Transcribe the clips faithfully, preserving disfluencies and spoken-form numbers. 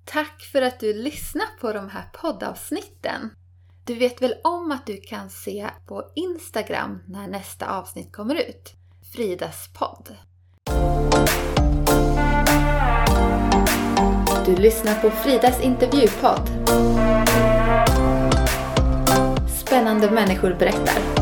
Tack för att du lyssnar på de här poddavsnitten. Du vet väl om att du kan se på Instagram när nästa avsnitt kommer ut? Fridas podd. Du lyssnar på Fridas intervjupodd. Spännande människor berättar.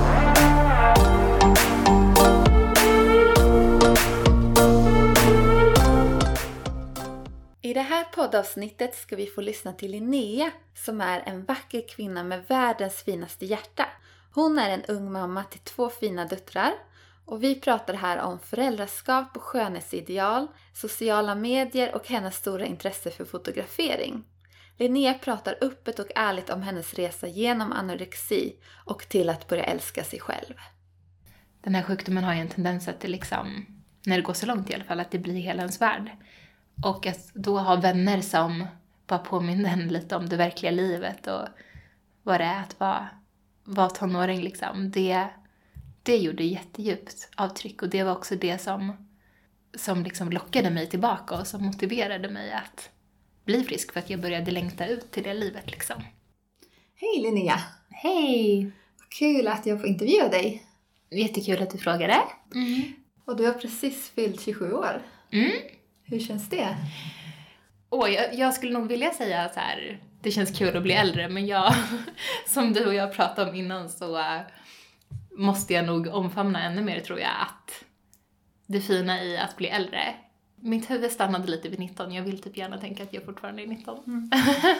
I det här poddavsnittet ska vi få lyssna till Linnea som är en vacker kvinna med världens finaste hjärta. Hon är en ung mamma till två fina döttrar och vi pratar här om föräldraskap och skönhetsideal, sociala medier och hennes stora intresse för fotografering. Linnea pratar öppet och ärligt om hennes resa genom anorexi och till att börja älska sig själv. Den här sjukdomen har ju en tendens att det liksom, när det går så långt i alla fall, att det blir hela ens värld. Och att då ha vänner som bara påminner en lite om det verkliga livet och vad det är att vara, vara tonåring liksom. Det, det gjorde jättedjupt avtryck och det var också det som, som liksom lockade mig tillbaka och som motiverade mig att bli frisk för att jag började längta ut till det livet liksom. Hej Linnea! Hej! Kul att jag får intervjua dig. Jättekul att du frågade. Mm. Och du har precis fyllt tjugosju år. Mm. Hur känns det? Åh, jag, jag skulle nog vilja säga så här, det känns kul att bli äldre, men jag, som du och jag pratade om innan så uh, måste jag nog omfamna ännu mer tror jag att det fina i att bli äldre. Mitt huvud stannade lite vid nitton, jag vill typ gärna tänka att jag fortfarande är nitton. Mm.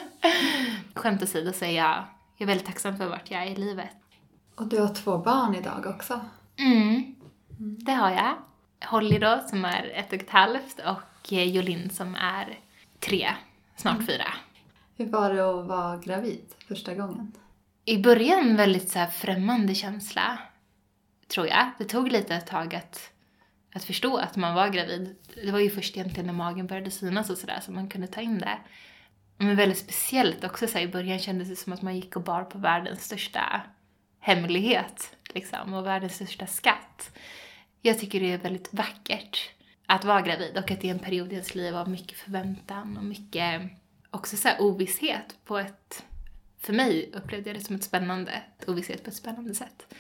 Skämt åsido så är jag, jag är väldigt tacksam för vart jag är i livet. Och du har två barn idag också? Mm, mm. Det har jag. Holly då som är ett och ett halvt och Jolin som är tre, snart mm. fyra. Hur var det att vara gravid första gången? I början väldigt så här främmande känsla, tror jag. Det tog lite ett tag att, att förstå att man var gravid. Det var ju först egentligen när magen började synas och sådär som man kunde ta in det. Men väldigt speciellt också så här, i början kändes det som att man gick och bar på världens största hemlighet liksom, och världens största skatt. Jag tycker det är väldigt vackert att vara gravid och att det är en period i ens liv av mycket förväntan och mycket också så här ovisshet på ett, för mig upplevde jag det som ett spännande, ett ovisshet på ett spännande sätt.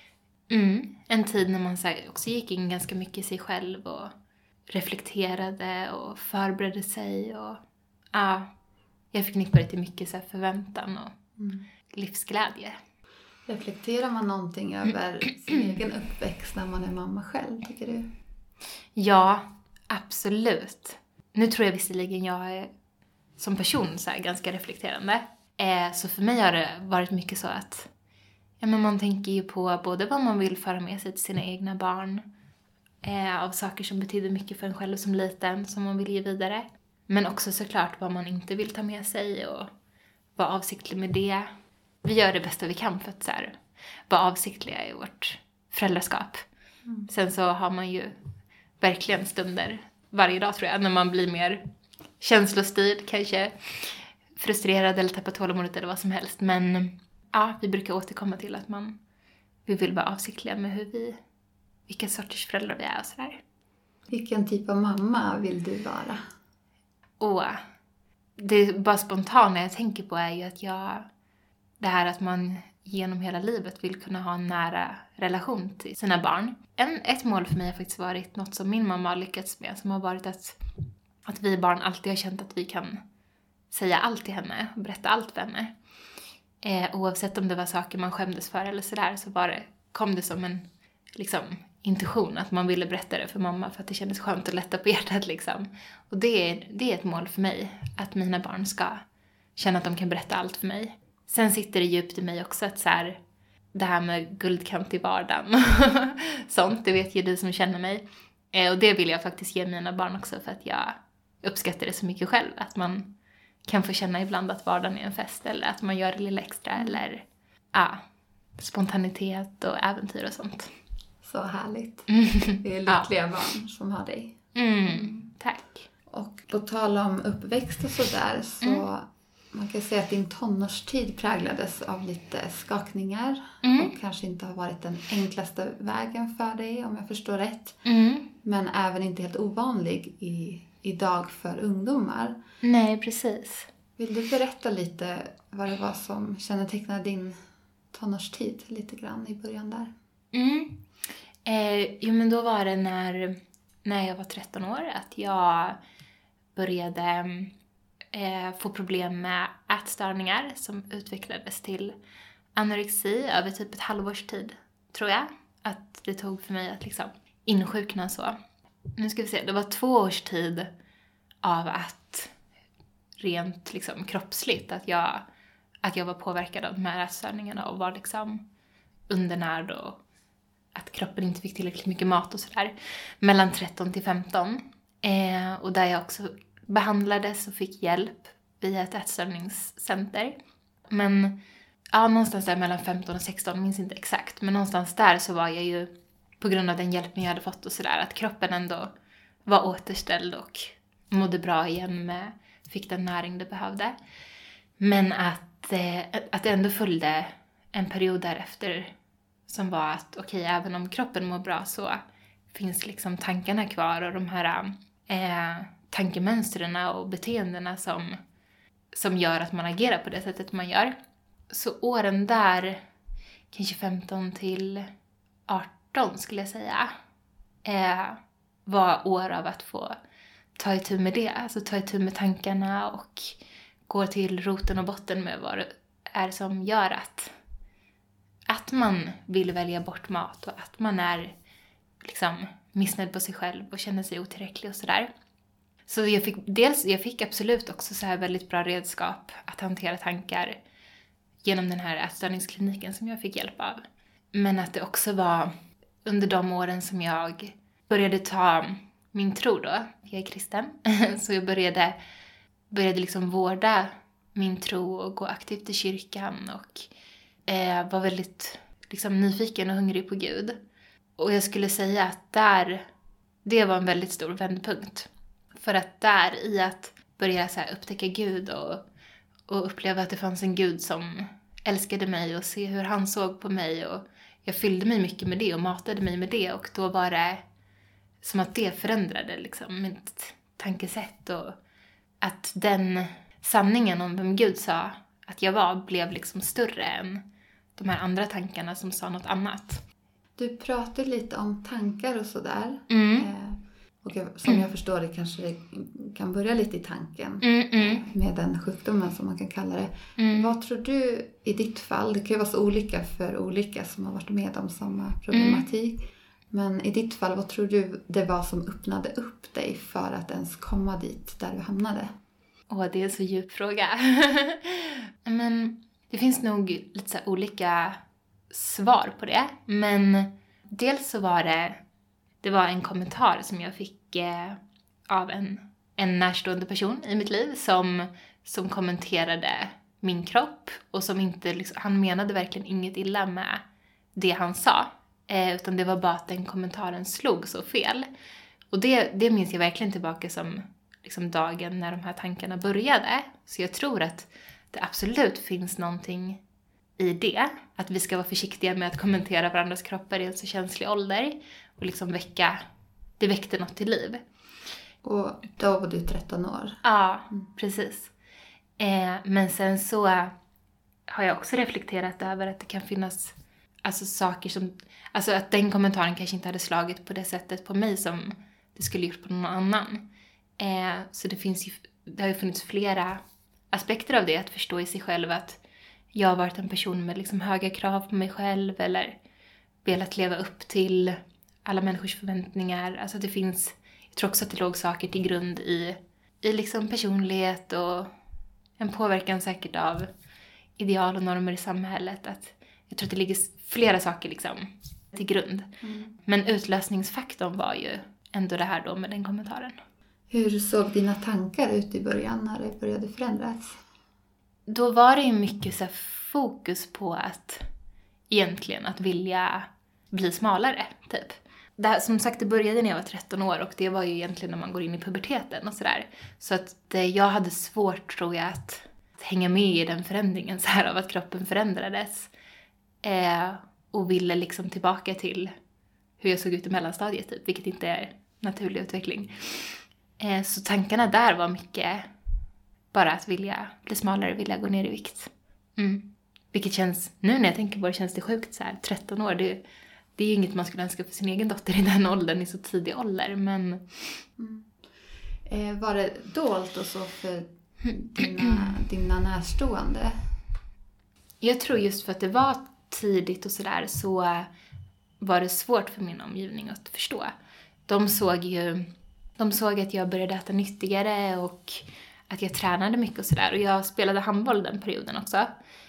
Mm. En tid när man så här också gick in ganska mycket i sig själv och reflekterade och förberedde sig och ja, jag förknippade det till mycket så här förväntan och mm. livsglädje. Reflekterar man någonting över sin egen uppväxt när man är mamma själv, tycker du? Ja, absolut. Nu tror jag visserligen jag är som person så här ganska reflekterande. Eh, så för mig har det varit mycket så att ja, men man tänker ju på både vad man vill föra med sig till sina egna barn. Eh, av saker som betyder mycket för en själv som liten, som man vill ge vidare. Men också såklart vad man inte vill ta med sig och vara avsiktlig med det. Vi gör det bästa vi kan för att så här, vara avsiktliga i vårt föräldraskap. Mm. Sen så har man ju verkligen stunder varje dag tror jag. När man blir mer känslostyrd, kanske frustrerad eller tappar tålamodet eller vad som helst. Men ja, vi brukar återkomma till att man, vi vill vara avsiktliga med hur vi, vilka sorters föräldrar vi är och sådär. Vilken typ av mamma vill du vara? Och det bara spontana jag tänker på är ju att jag... Det här att man genom hela livet vill kunna ha en nära relation till sina barn. En, ett mål för mig har faktiskt varit något som min mamma har lyckats med. Som har varit att, att vi barn alltid har känt att vi kan säga allt till henne. Och berätta allt för henne. Eh, oavsett om det var saker man skämdes för eller sådär. Så var det, kom det som en liksom, intuition att man ville berätta det för mamma. För att det kändes skönt och lätta på hjärtat liksom. Och det är, det är ett mål för mig. Att mina barn ska känna att de kan berätta allt för mig. Sen sitter det djupt i mig också att så här, det här med guldkant i vardagen. Sånt, det vet ju du som känner mig. Eh, och det vill jag faktiskt ge mina barn också för att jag uppskattar det så mycket själv. Att man kan få känna ibland att vardagen är en fest. Eller att man gör det lilla extra. Eller ja, spontanitet och äventyr och sånt. Så härligt. Det är lyckliga ja. barn som har dig. Mm, tack. Och på tal om uppväxt och sådär så... Mm. Man kan säga att din tonårstid präglades av lite skakningar. Mm. Och kanske inte har varit den enklaste vägen för dig, om jag förstår rätt. Mm. Men även inte helt ovanlig i, i idag för ungdomar. Nej, precis. Vill du berätta lite vad det var som kännetecknade din tonårstid lite grann i början där? Mm. Eh, jo, men då var det när, när jag var tretton år att jag började eh, få problem med ätstörningar som utvecklades till anorexi över typ ett halvårs tid, tror jag. Att det tog för mig att liksom insjukna så. Nu ska vi se, det var två års tid av att rent liksom kroppsligt att jag, att jag var påverkad av de här ätstörningarna och var liksom undernärd och att kroppen inte fick tillräckligt mycket mat och sådär. Mellan tretton till femton. Eh, och där jag också behandlades och fick hjälp via ett ätstörningscenter. Men ja, någonstans där mellan femton och sexton, minns inte exakt. Men någonstans där så var jag ju, på grund av den hjälpen jag hade fått och sådär, att kroppen ändå var återställd och mådde bra igen med, fick den näring det behövde. Men att, eh, att det ändå följde en period därefter som var att okej, okay, även om kroppen mår bra så finns liksom tankarna kvar och de här eh, tankemönstren och beteendena som, som gör att man agerar på det sättet man gör. Så åren där, kanske femton till arton skulle jag säga, eh, var år av att få ta itu med det. Alltså ta itu med tankarna och gå till roten och botten med vad det är som gör att, att man vill välja bort mat och att man är liksom missnöjd på sig själv och känner sig otillräcklig och sådär. Så jag fick, dels, jag fick absolut också så här väldigt bra redskap att hantera tankar genom den här ätstörningskliniken som jag fick hjälp av. Men att det också var under de åren som jag började ta min tro då. Jag är kristen. Så jag började, började liksom vårda min tro och gå aktivt i kyrkan. Och eh, var väldigt liksom, nyfiken och hungrig på Gud. Och jag skulle säga att där, det var en väldigt stor vändpunkt. För att där i att börja så här, upptäcka Gud och, och uppleva att det fanns en Gud som älskade mig och se hur han såg på mig. Och jag fyllde mig mycket med det och matade mig med det. Och då var det som att det förändrade liksom, mitt tankesätt. Och att den sanningen om vem Gud sa att jag var blev liksom större än de här andra tankarna som sa något annat. Du pratade lite om tankar och sådär. Mm. Eh, och som mm. jag förstår det kanske det kan börja lite i tanken. Mm, mm. Med den sjukdomen som man kan kalla det. Mm. Vad tror du i ditt fall? Det kan ju vara så olika för olika som har varit med om samma problematik. Mm. Men i ditt fall, vad tror du det var som öppnade upp dig för att ens komma dit där du hamnade? Åh, det är en så djup fråga. Men det finns nog lite så här olika svar på det. Men dels så var det, det var en kommentar som jag fick eh, av en, en närstående person i mitt liv som, som kommenterade min kropp. Och som inte, liksom, han menade verkligen inget illa med det han sa. Eh, utan det var bara att den kommentaren slog så fel. Och det, det minns jag verkligen tillbaka som liksom dagen när de här tankarna började. Så jag tror att det absolut finns någonting i det. Att vi ska vara försiktiga med att kommentera varandras kroppar i en så känslig ålder. Och liksom väcka, det väckte något till liv. Och då var du tretton år. Ja, precis. Eh, men sen så har jag också reflekterat över att det kan finnas alltså saker som, alltså att den kommentaren kanske inte hade slagit på det sättet på mig som det skulle gjort på någon annan. Eh, så det finns ju, det har ju funnits flera aspekter av det, att förstå i sig själv att jag har varit en person med liksom höga krav på mig själv eller velat leva upp till alla människors förväntningar. Alltså det finns, jag tror också att det låg saker till grund i, i liksom personlighet och en påverkan säkert av ideal och normer i samhället. Att jag tror att det ligger flera saker liksom till grund. Mm. Men utlösningsfaktorn var ju ändå det här då med den kommentaren. Hur såg dina tankar ut i början när det började förändras? Då var det ju mycket så här fokus på att egentligen att vilja bli smalare, typ. Det här, som sagt, det började när jag var tretton år och det var ju egentligen när man går in i puberteten och sådär. Så att det, jag hade svårt, tror jag, att, att hänga med i den förändringen så här av att kroppen förändrades. Eh, och ville liksom tillbaka till hur jag såg ut i mellanstadiet, typ, vilket inte är naturlig utveckling. Eh, så tankarna där var mycket bara att vilja bli smalare, vilja gå ner i vikt. Mm. Vilket känns, nu när jag tänker på det känns det sjukt så här, tretton år, det, det är ju inget man skulle önska för sin egen dotter i den åldern, i så tidig ålder, men... Mm. Eh, var det dolt och så för dina, dina närstående? Jag tror just för att det var tidigt och sådär så var det svårt för min omgivning att förstå. De såg ju, de såg att jag började äta nyttigare och att jag tränade mycket och sådär. Och jag spelade handboll den perioden också.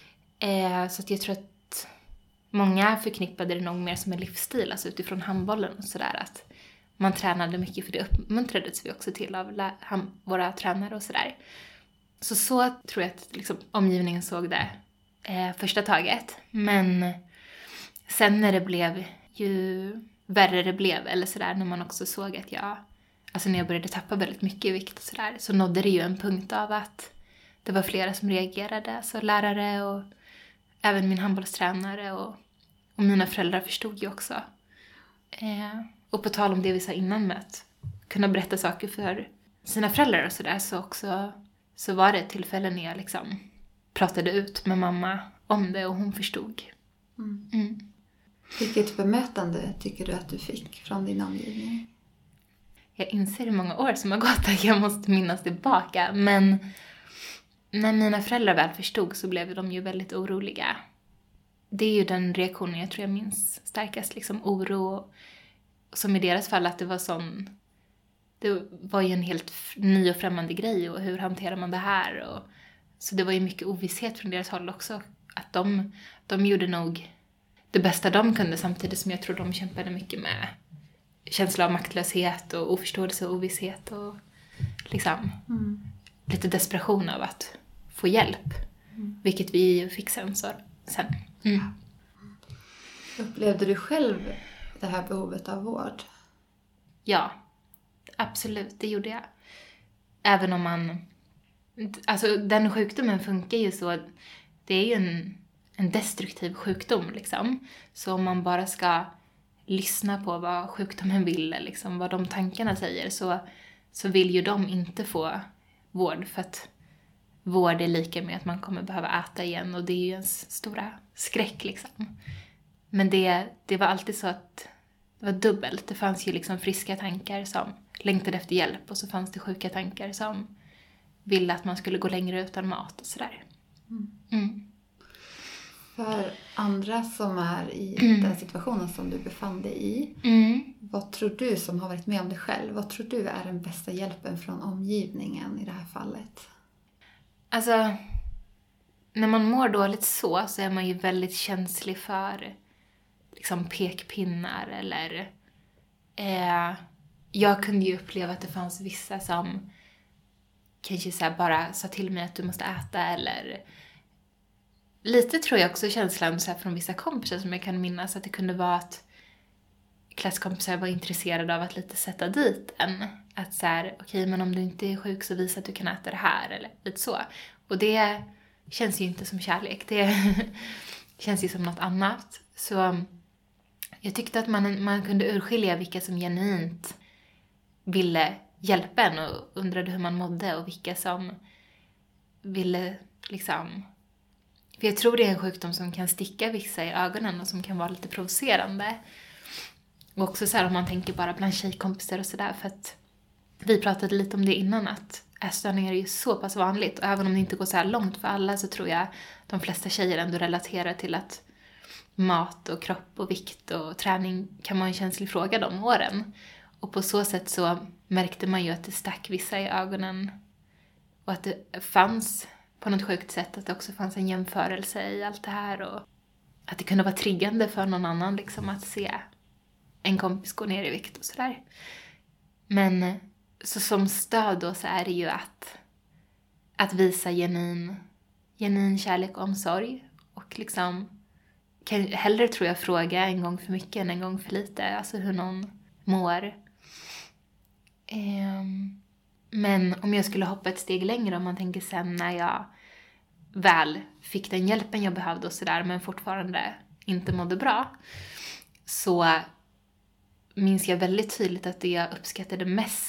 Eh, så att jag tror att många förknippade det nog mer som en livsstil, alltså utifrån handbollen och sådär. Att man tränade mycket, för det uppmuntrades vi också till av la- ham- våra tränare och sådär. Så så tror jag att liksom, omgivningen såg det eh, första taget. Men sen när det blev, ju värre det blev, eller sådär, när man också såg att jag, alltså när jag började tappa väldigt mycket i vikt och sådär, så nådde det ju en punkt av att det var flera som reagerade, alltså lärare och även min handbollstränare och, och mina föräldrar förstod ju också. Eh, och på tal om det vi sa innan med att kunna berätta saker för sina föräldrar och sådär, så också så var det ett tillfälle när jag liksom pratade ut med mamma om det och hon förstod. Mm. Mm. Vilket bemötande tycker du att du fick från din omgivning? Jag inser hur många år som har gått att jag måste minnas tillbaka. Men när mina föräldrar väl förstod så blev de ju väldigt oroliga. Det är ju den reaktionen jag tror jag minns starkast. Liksom oro. Som i deras fall att det var sån... Det var ju en helt ny och främmande grej. Och hur hanterar man det här? Och, så det var ju mycket ovisshet från deras håll också. Att de, de gjorde nog det bästa de kunde, samtidigt som jag tror de kämpade mycket med känsla av maktlöshet och oförståelse och ovisshet och liksom mm. lite desperation av att få hjälp. Mm. Vilket vi fick sen. Så, sen. Mm. Upplevde du själv det här behovet av vård? Ja, absolut, det gjorde jag. Även om man... Alltså den sjukdomen funkar ju så. Det är ju en, en destruktiv sjukdom liksom. Så om man bara ska lyssna på vad sjukdomen vill, liksom, vad de tankarna säger, så, så vill ju de inte få vård. För att vård är lika med att man kommer behöva äta igen. Och det är ju ens stora skräck liksom. Men det, det var alltid så att det var dubbelt. Det fanns ju liksom friska tankar som längtade efter hjälp. Och så fanns det sjuka tankar som ville att man skulle gå längre utan mat och sådär. Mm. Mm. För andra som är i mm. den situationen som du befann dig i. Mm. Vad tror du som har varit med om det själv? Vad tror du är den bästa hjälpen från omgivningen i det här fallet? Alltså, när man mår dåligt så, så är man ju väldigt känslig för liksom pekpinnar eller... Eh, jag kunde ju uppleva att det fanns vissa som kanske så här bara sa till mig att du måste äta eller... Lite tror jag också känslan så här från vissa kompisar som jag kan minnas att det kunde vara att klasskompisar var intresserade av att lite sätta dit en. Att så här, okej, okay, men om du inte är sjuk så visa att du kan äta det här eller lite så. Och det känns ju inte som kärlek. Det känns ju som något annat. Så jag tyckte att man, man kunde urskilja vilka som genuint ville hjälpa en och undrade hur man mådde och vilka som ville liksom... För jag tror det är en sjukdom som kan sticka vissa i ögonen och som kan vara lite provocerande. Och också så här om man tänker bara bland tjejkompisar och sådär. För att vi pratade lite om det innan att ätstörningar är ju så pass vanligt. Och även om det inte går så här långt för alla så tror jag de flesta tjejer ändå relaterar till att mat och kropp och vikt och träning kan vara en känslig fråga de åren. Och på så sätt så märkte man ju att det stack vissa i ögonen. Och att det fanns... på något sjukt sätt att det också fanns en jämförelse i allt det här och att det kunde vara triggande för någon annan liksom att se en kompis gå ner i vikt och sådär. Men så som stöd då så är det ju att att visa genuin, genuin kärlek och omsorg och liksom kan hellre tror jag fråga en gång för mycket än en gång för lite, alltså hur någon mår. Ehm Men om jag skulle hoppa ett steg längre, om man tänker sen när jag väl fick den hjälpen jag behövde och sådär, men fortfarande inte mådde bra, så minns jag väldigt tydligt att det jag uppskattade mest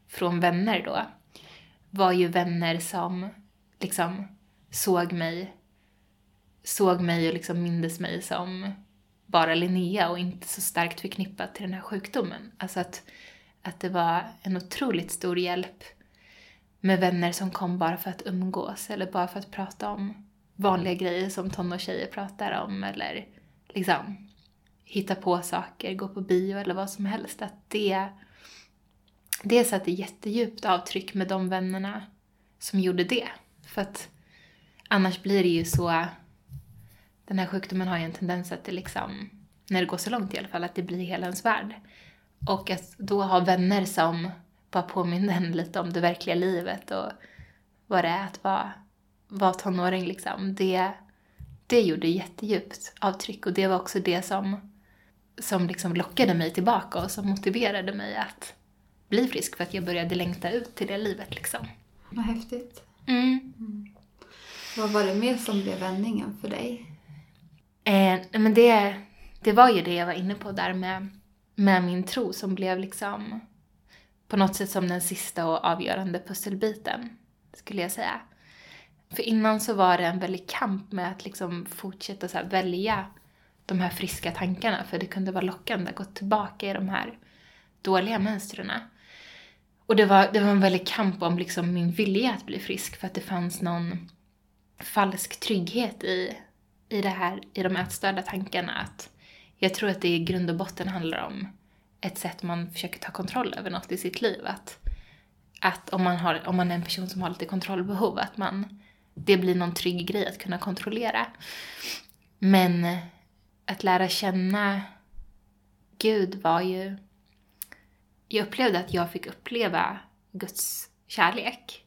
från vänner då var ju vänner som liksom såg mig, såg mig och liksom mindes mig som bara Linnea och inte så starkt förknippat till den här sjukdomen. Alltså att, att det var en otroligt stor hjälp med vänner som kom bara för att umgås eller bara för att prata om vanliga grejer som tonårstjejer pratar om eller liksom hitta på saker, gå på bio eller vad som helst. Att det, det satte jättedjupt avtryck med de vännerna som gjorde det. För att annars blir det ju så, den här sjukdomen har ju en tendens att det liksom, när det går så långt i alla fall, att det blir hela ens värld. Och att då ha vänner som bara påminner en lite om det verkliga livet och vad det är att vara, vara tonåring liksom. Det, det gjorde jättedjupt avtryck och det var också det som, som liksom lockade mig tillbaka och som motiverade mig att bli frisk för att jag började längta ut till det livet liksom. Vad häftigt. Mm. Mm. Vad var det mer som blev vändningen för dig? Eh, men det, det var ju det jag var inne på där med, med min tro som blev liksom på något sätt som den sista och avgörande pusselbiten, skulle jag säga. För innan så var det en väldig kamp med att liksom fortsätta så här välja de här friska tankarna. För det kunde vara lockande att gå tillbaka i de här dåliga mönstren. Och det var, det var en väldig kamp om liksom min vilja att bli frisk. För att det fanns någon falsk trygghet i, i, det här, i de ätstörda tankarna. Att jag tror att det i grund och botten handlar om ett sätt man försöker ta kontroll över något i sitt liv. Att, att om, man har, om man är en person som har lite kontrollbehov, att man, det blir någon trygg grej att kunna kontrollera. Men att lära känna Gud var ju... Jag upplevde att jag fick uppleva Guds kärlek.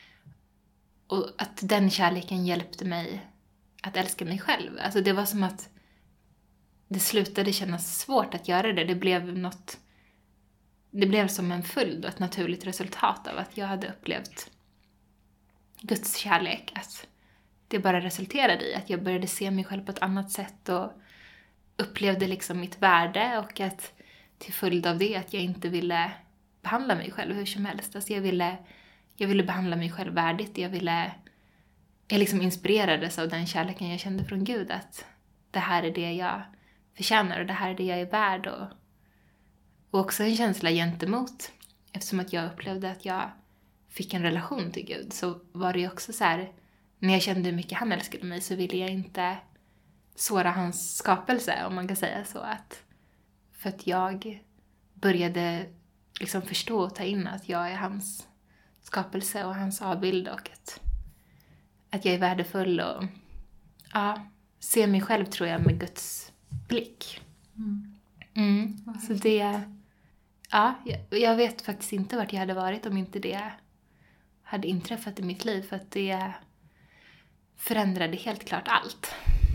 Och att den kärleken hjälpte mig att älska mig själv. Alltså det var som att det slutade kännas svårt att göra det. Det blev något... Det blev som en följd och ett naturligt resultat av att jag hade upplevt Guds kärlek. Att det bara resulterade i att jag började se mig själv på ett annat sätt och upplevde liksom mitt värde. Och att till följd av det att jag inte ville behandla mig själv hur som helst. Alltså jag ville, jag ville behandla mig själv värdigt. Jag ville... Jag liksom inspirerades av den kärleken jag kände från Gud. Att det här är det jag förtjänar och det här är det jag är värd. Och, och också en känsla gentemot. Eftersom att jag upplevde att jag fick en relation till Gud. Så var det ju också så här... När jag kände hur mycket han älskade mig så ville jag inte såra hans skapelse. Om man kan säga så. Att, för att jag började liksom förstå och ta in att jag är hans skapelse och hans avbild. Och att, att jag är värdefull och ja, ser mig själv tror jag med Guds blick. Mm. Mm. Så det... Ja, jag, jag vet faktiskt inte vart jag hade varit om inte det hade inträffat i mitt liv. För att det förändrade helt klart allt.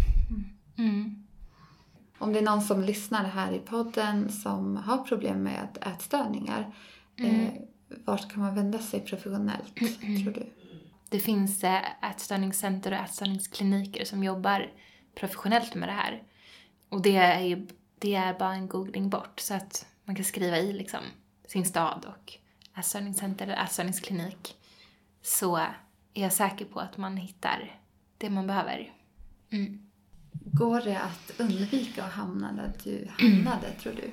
Mm. Om det är någon som lyssnar här i podden som har problem med ätstörningar, mm. eh, vart kan man vända sig professionellt, mm. tror du? Det finns ätstörningscenter och ätstörningskliniker som jobbar professionellt med det här. Och det är, ju, det är bara en googling bort. Så att man kan skriva i liksom sin stad och ätstörningscenter eller ätstörningsklinik. Så är jag säker på att man hittar det man behöver. Mm. Går det att undvika att hamna där du hamnade, mm. tror du?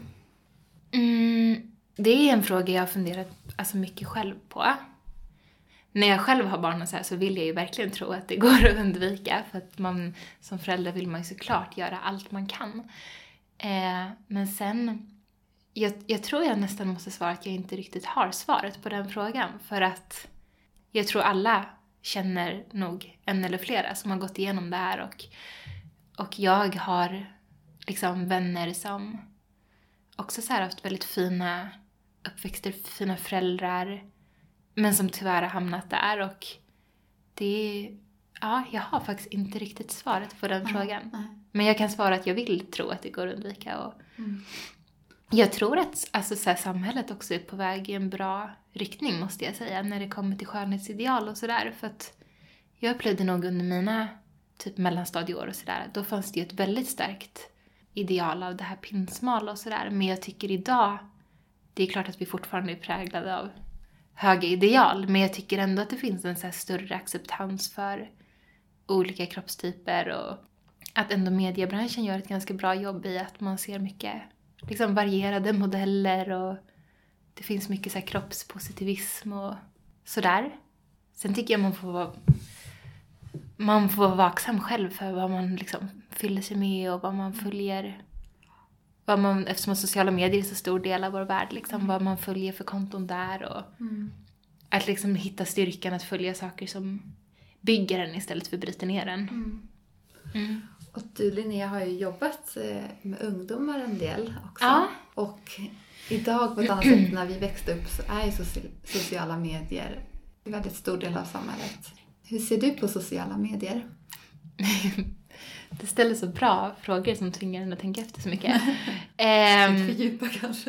Mm, det är en fråga jag har funderat alltså, mycket själv på. När jag själv har barn och så här så vill jag ju verkligen tro att det går att undvika. För att man som förälder vill man ju såklart göra allt man kan. Eh, men sen, jag, jag tror jag nästan måste svara att jag inte riktigt har svaret på den frågan. För att jag tror alla känner nog en eller flera som har gått igenom det här. Och, och jag har liksom vänner som också så här haft väldigt fina uppväxter, fina föräldrar. Men som tyvärr har hamnat där. Och det är, ja, jag har faktiskt inte riktigt svaret på den mm. frågan. Mm. Men jag kan svara att jag vill tro att det går att undvika. Och mm. jag tror att alltså, så här, samhället också är på väg i en bra riktning, måste jag säga. När det kommer till skönhetsideal och sådär. För att jag upplevde nog under mina typ mellanstadieår och sådär. Då fanns det ju ett väldigt starkt ideal av det här pinsmala och sådär. Men jag tycker idag, det är klart att vi fortfarande är präglade av höga ideal. Men jag tycker ändå att det finns en så här större acceptans för olika kroppstyper. Och att ändå mediebranschen gör ett ganska bra jobb i att man ser mycket liksom varierade modeller. Och det finns mycket så här kroppspositivism och sådär. Sen tycker jag man får vara, man får vara vaksam själv för vad man liksom fyller sig med och vad man följer. Vad man, eftersom sociala medier är så stor del av vår värld. Liksom, mm. Vad man följer för konton där. Och mm. att liksom hitta styrkan att följa saker som bygger en istället för bryter ner den. Mm. Mm. Och du, Linnea, har ju jobbat med ungdomar en del också. Ja. Och idag på ett annat sätt när vi växte upp så är ju sociala medier en väldigt stor del av samhället. Hur ser du på sociala medier? Det ställer så bra frågor som tvingar en att tänka efter så mycket. ehm, Lite fördjupa kanske.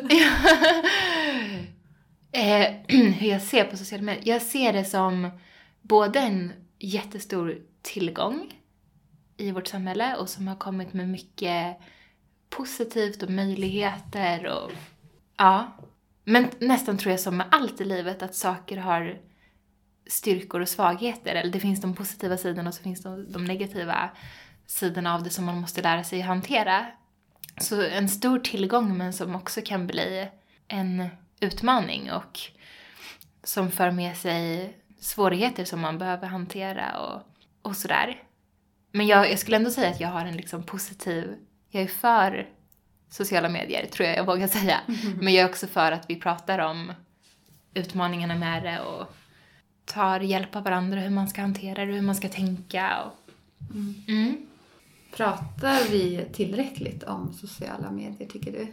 eh, hur jag ser på sociala medier. Jag ser det som både en jättestor tillgång i vårt samhälle och som har kommit med mycket positivt och möjligheter. Och, ja. Men nästan tror jag som med allt i livet att saker har styrkor och svagheter. Eller det finns de positiva sidorna och så finns de, de negativa sidorna av det som man måste lära sig hantera. Så en stor tillgång men som också kan bli en utmaning och som för med sig svårigheter som man behöver hantera och, och sådär. Men jag, jag skulle ändå säga att jag har en liksom positiv, jag är för sociala medier tror jag jag vågar säga. Mm-hmm. Men jag är också för att vi pratar om utmaningarna med det och tar hjälp av varandra hur man ska hantera det, hur man ska tänka. Och... Mm. Mm. Pratar vi tillräckligt om sociala medier, tycker du?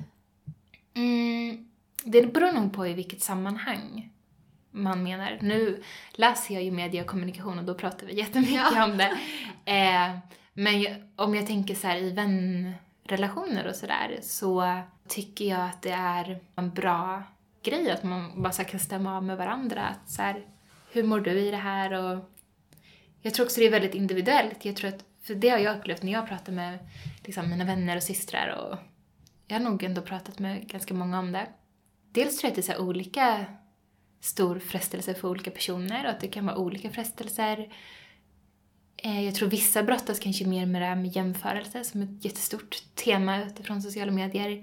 Mm, det beror nog på i vilket sammanhang man menar. Nu läser jag ju media och kommunikation och då pratar vi jättemycket ja. om det. Eh, men om jag tänker så här i vänrelationer och sådär så tycker jag att det är en bra grej att man bara så kan stämma av med varandra. Att så här, hur mår du i det här? Och jag tror också det är väldigt individuellt. Jag tror att, för det har jag upplevt när jag pratar med liksom, mina vänner och systrar. Och jag har nog ändå pratat med ganska många om det. Dels tror jag att det är så här olika stor frestelse för olika personer. Och att det kan vara olika frestelser. Eh, jag tror vissa brottas kanske mer med det här med jämförelse. Som ett jättestort tema utifrån sociala medier.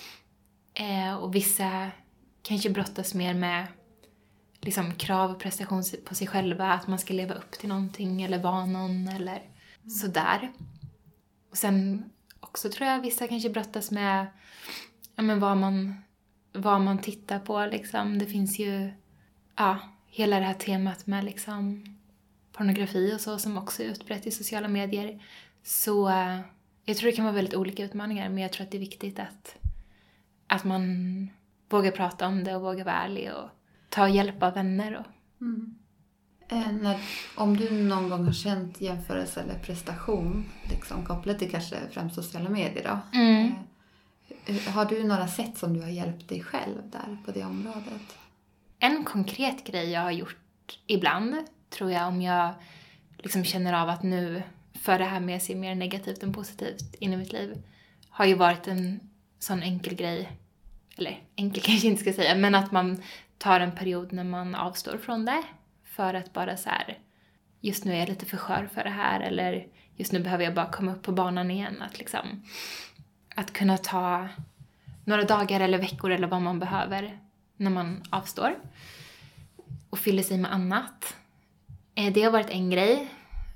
Eh, och vissa kanske brottas mer med liksom krav och prestation på sig själva. Att man ska leva upp till någonting eller vara någon eller mm. sådär. Och sen också tror jag vissa kanske brottas med ja, men vad, man, vad man tittar på. Liksom. Det finns ju ja, hela det här temat med liksom, pornografi och så som också är utbrett i sociala medier. Så jag tror det kan vara väldigt olika utmaningar. Men jag tror att det är viktigt att, att man vågar prata om det och vågar vara ärlig och ta hjälp av vänner. Och... Mm. Eh, när, om du någon gång har känt jämförelse eller prestation liksom, kopplat till kanske främst sociala medier då. Mm. Eh, har du några sätt som du har hjälpt dig själv där på det området? En konkret grej jag har gjort ibland tror jag om jag liksom känner av att nu för det här med sig mer negativt än positivt in i mitt liv har ju varit en sån enkel grej. Eller enkel kanske jag inte ska säga, men att man tar en period när man avstår från det. För att bara så här, just nu är jag lite för skör för det här. Eller just nu behöver jag bara komma upp på banan igen. Att, liksom, att kunna ta några dagar eller veckor eller vad man behöver när man avstår. Och fyller sig med annat. Det har varit en grej.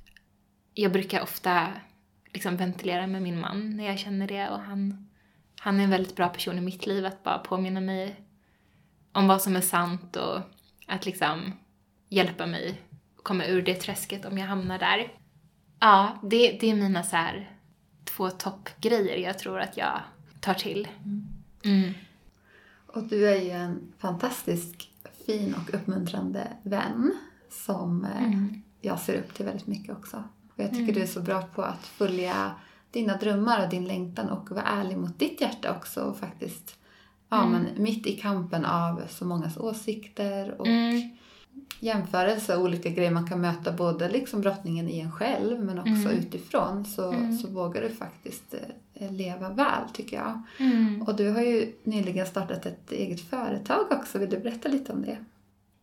Jag brukar ofta liksom ventilera med min man när jag känner det. Och han, han är en väldigt bra person i mitt liv att bara påminna mig om vad som är sant och att liksom hjälpa mig komma ur det träsket om jag hamnar där. Ja, det, det är mina så här två toppgrejer jag tror att jag tar till. Mm. Och du är ju en fantastisk, fin och uppmuntrande vän som mm. jag ser upp till väldigt mycket också. Och jag tycker mm. du är så bra på att följa dina drömmar och din längtan och vara ärlig mot ditt hjärta också och faktiskt ja, mm. men mitt i kampen av så mångas åsikter och mm. jämförelse och olika grejer man kan möta både liksom brottningen i en själv men också mm. utifrån så, mm. så vågar du faktiskt eh, leva väl tycker jag. Mm. Och du har ju nyligen startat ett eget företag också. Vill du berätta lite om det?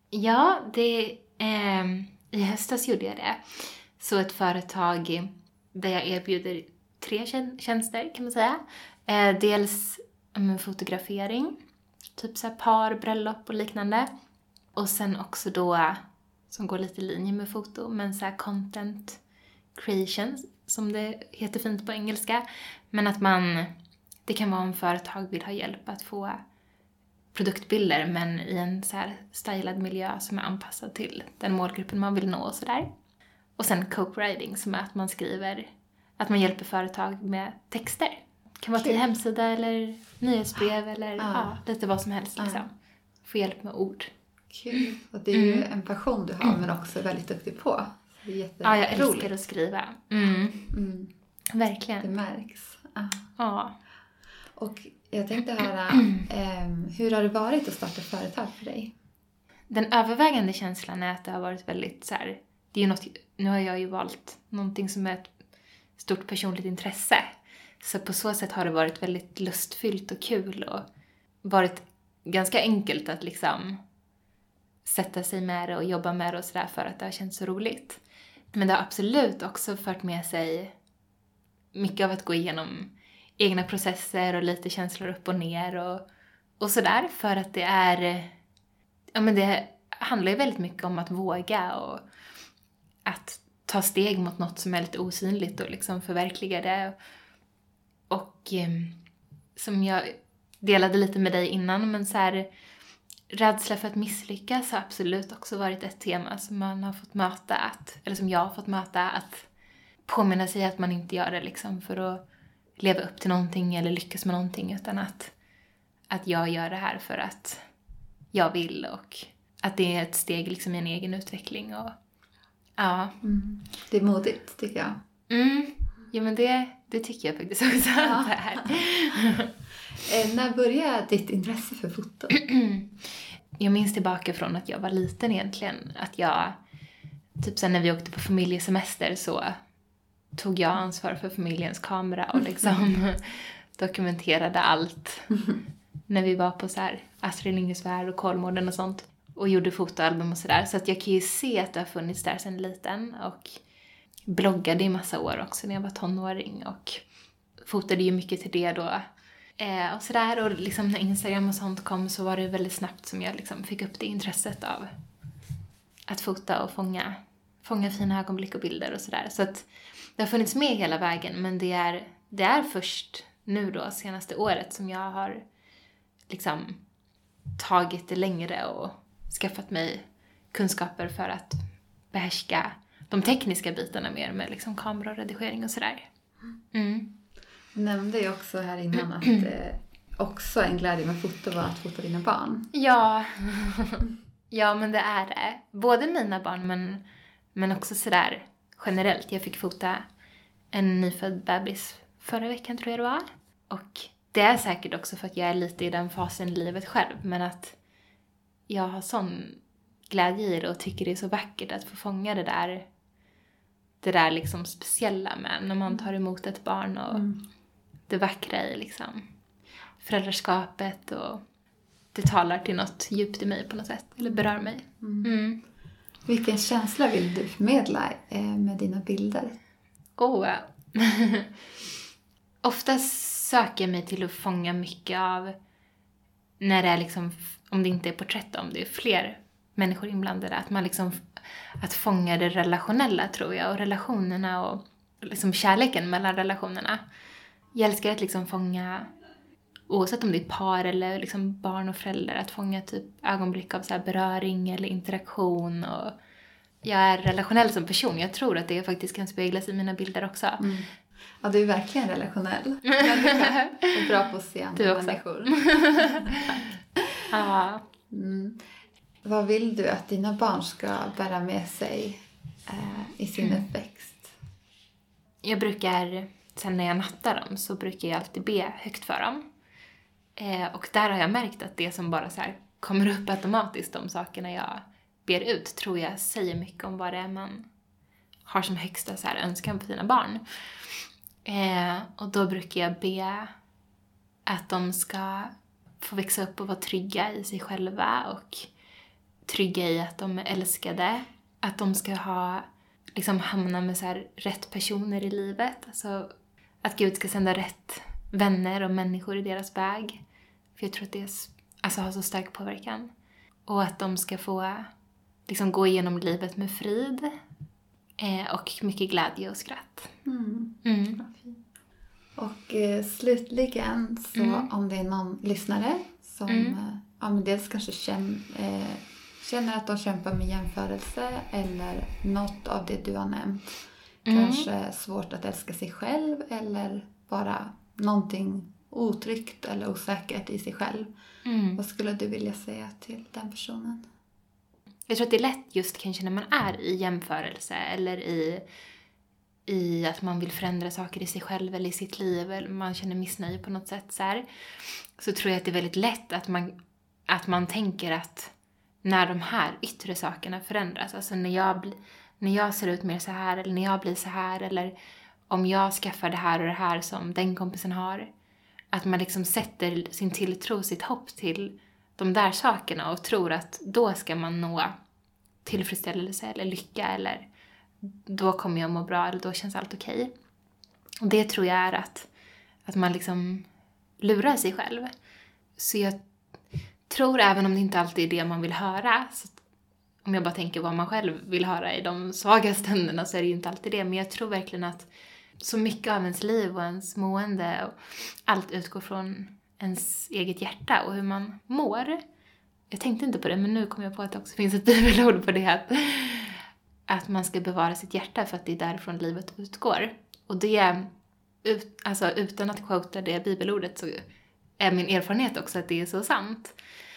Ja, det, eh, i höstas gjorde jag det. Så ett företag där jag erbjuder tre tjänster kan man säga. Eh, dels um, fotografering, typ så här par, bröllop och liknande. Och sen också då, som går lite i linje med foto, men så här content creation, som det heter fint på engelska. Men att man, det kan vara om företag vill ha hjälp att få produktbilder, men i en så här stylad miljö som är anpassad till den målgruppen man vill nå och sådär. Och sen co-writing, som är att man skriver, att man hjälper företag med texter. Det kan vara till hemsida eller nyhetsbrev eller ah. ja, lite vad som helst liksom. Ah. Få hjälp med ord. Kul. Och det är ju mm. en passion du har, mm. men också väldigt duktig på. Det är jätteroligt. Ja, jag älskar att skriva. Mm. Mm. Verkligen. Det märks. Ah. Ja. Och jag tänkte höra, eh, hur har det varit att starta företag för dig? Den övervägande känslan är att det har varit väldigt så här, det är ju något, nu har jag ju valt någonting som är ett stort personligt intresse. Så på så sätt har det varit väldigt lustfyllt och kul och varit ganska enkelt att liksom sätta sig med det och jobba med det och sådär för att det har känts så roligt. Men det har absolut också fört med sig mycket av att gå igenom egna processer och lite känslor upp och ner och, och sådär. För att det är, ja men det handlar ju väldigt mycket om att våga och att ta steg mot något som är lite osynligt och liksom förverkliga det. Och eh, som jag delade lite med dig innan, men så här, rädsla för att misslyckas har absolut också varit ett tema som man har fått möta, att, eller som jag har fått möta, att påminna sig att man inte gör det liksom för att leva upp till någonting eller lyckas med någonting, utan att, att jag gör det här för att jag vill och att det är ett steg liksom i en egen utveckling. Och, ja. Mm. Det är modigt, tycker jag. Mm. Ja, men det, det tycker jag faktiskt också. Ja. Så här. eh, när började ditt intresse för foto? Jag minns tillbaka från att jag var liten egentligen. Att jag, typ sen när vi åkte på familjesemester så tog jag ansvar för familjens kamera och liksom dokumenterade allt. När vi var på så här Astrid Lindgrens Värld och Kolmården och sånt. Och gjorde fotoalbum och sådär. Så att jag kan ju se att det har funnits där sedan liten. Och bloggade i massa år också när jag var tonåring. Och fotade ju mycket till det då. Eh, och sådär. Och liksom när Instagram och sånt kom så var det väldigt snabbt som jag liksom fick upp det intresset av att fota och fånga, fånga fina ögonblick och bilder och sådär. Så att det har funnits med hela vägen. Men det är, det är först nu då, senaste året, som jag har liksom tagit det längre och skaffat mig kunskaper för att behärska de tekniska bitarna mer med liksom kamera och redigering och sådär. Mm. Du nämnde ju också här innan att eh, också en glädje med foto var att fota dina barn. Ja, ja men det är det. Både mina barn men, men också sådär generellt. Jag fick fota en nyfödd bebis förra veckan tror jag det var. Och det är säkert också för att jag är lite i den fasen i livet själv. Men att jag har sån glädje i det och tycker det är så vackert att få fånga det där, det där liksom speciella med när man tar emot ett barn och mm. det vackra i liksom föräldraskapet, och det talar till något djupt i mig på något sätt, eller berör mig. Mm. Mm. Vilken känsla vill du förmedla eh, med dina bilder? Oh, oftast söker jag mig till att fånga mycket av när det är liksom, om det inte är porträtt, om det är fler människor inblandade, att man liksom, att fånga det relationella tror jag, och relationerna och liksom kärleken mellan relationerna. Jag älskar att liksom fånga, oavsett om det är par eller liksom barn och föräldrar, att fånga typ ögonblick av så här beröring eller interaktion. Och jag är relationell som person. Jag tror att det faktiskt kan speglas i mina bilder också. Mm. Ja, du är verkligen relationell. Och bra på att se andra människor. Ja. Mm. Vad vill du att dina barn ska bära med sig eh, i sin mm. uppväxt? Jag brukar, sen när jag nattar dem så brukar jag alltid be högt för dem. Eh, och där har jag märkt att det som bara så här kommer upp automatiskt, de sakerna jag ber ut, tror jag säger mycket om vad det är man har som högsta så här önskan för sina barn. Eh, och då brukar jag be att de ska få växa upp och vara trygga i sig själva och trygga i att de är älskade. Att de ska ha, liksom hamna med så här rätt personer i livet. Alltså att Gud ska sända rätt vänner och människor i deras väg. För jag tror att det alltså, har så stark påverkan. Och att de ska få liksom, gå igenom livet med frid. Eh, och mycket glädje och skratt. Mm. Mm. Och eh, slutligen så mm. om det är någon lyssnare som mm. eh, ja, men dels kanske känner, eh, känner att de kämpar med jämförelse eller något av det du har nämnt. Mm. Kanske svårt att älska sig själv eller bara någonting otryggt eller osäkert i sig själv. Mm. Vad skulle du vilja säga till den personen? Jag tror att det är lätt just kanske när man är i jämförelse eller i, i att man vill förändra saker i sig själv eller i sitt liv eller man känner missnöje på något sätt så här. Så tror jag att det är väldigt lätt att man, att man tänker att när de här yttre sakerna förändras, alltså när jag, bli, när jag ser ut mer så här eller när jag blir så här eller om jag skaffar det här och det här som den kompisen har, att man liksom sätter sin tilltro, sitt hopp till de där sakerna och tror att då ska man nå tillfredsställelse eller lycka eller då kommer jag må bra eller då känns allt okej. Och det tror jag är att, att man liksom lurar sig själv. Så jag tror även om det inte alltid är det man vill höra, så om jag bara tänker vad man själv vill höra i de svaga stunderna så är det ju inte alltid det. Men jag tror verkligen att så mycket av ens liv och ens mående och allt utgår från ens eget hjärta och hur man mår. Jag tänkte inte på det, men nu kom jag på att det också finns ett bibelord på det. Att, att man ska bevara sitt hjärta för att det är därifrån livet utgår. Och det, ut, alltså utan att quota det bibelordet så är min erfarenhet också att det är så sant.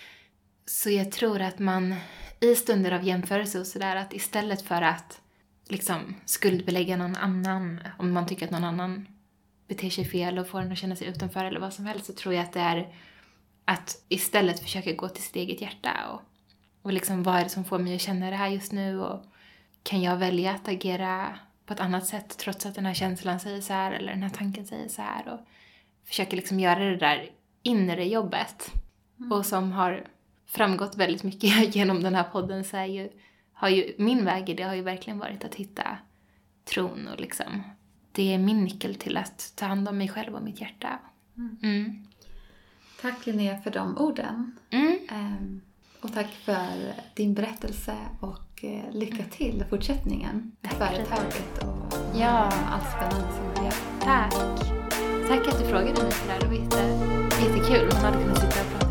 Så jag tror att man i stunder av jämförelse och sådär, att istället för att liksom skuldbelägga någon annan, om man tycker att någon annan beter sig fel och får en att känna sig utanför eller vad som helst, så tror jag att det är att istället försöka gå till sitt eget hjärta och, och liksom vad är det som får mig att känna det här just nu och kan jag välja att agera på ett annat sätt trots att den här känslan säger så här eller den här tanken säger så här och försöka liksom göra det där inre jobbet. Mm. Och som har framgått väldigt mycket genom den här podden så är ju, har ju min väg i det har ju verkligen varit att hitta tron och liksom det är min nyckel till att ta hand om mig själv och mitt hjärta. Mm. Mm. Tack Linnea för de orden. Mm. Um, och tack för din berättelse och uh, lycka till i fortsättningen. Tack företaget och ja. allt spännande som du gör. Tack. Tack att du frågade mig för det här. Det var jätte, jättekul. Man hade kunnat sitta och prata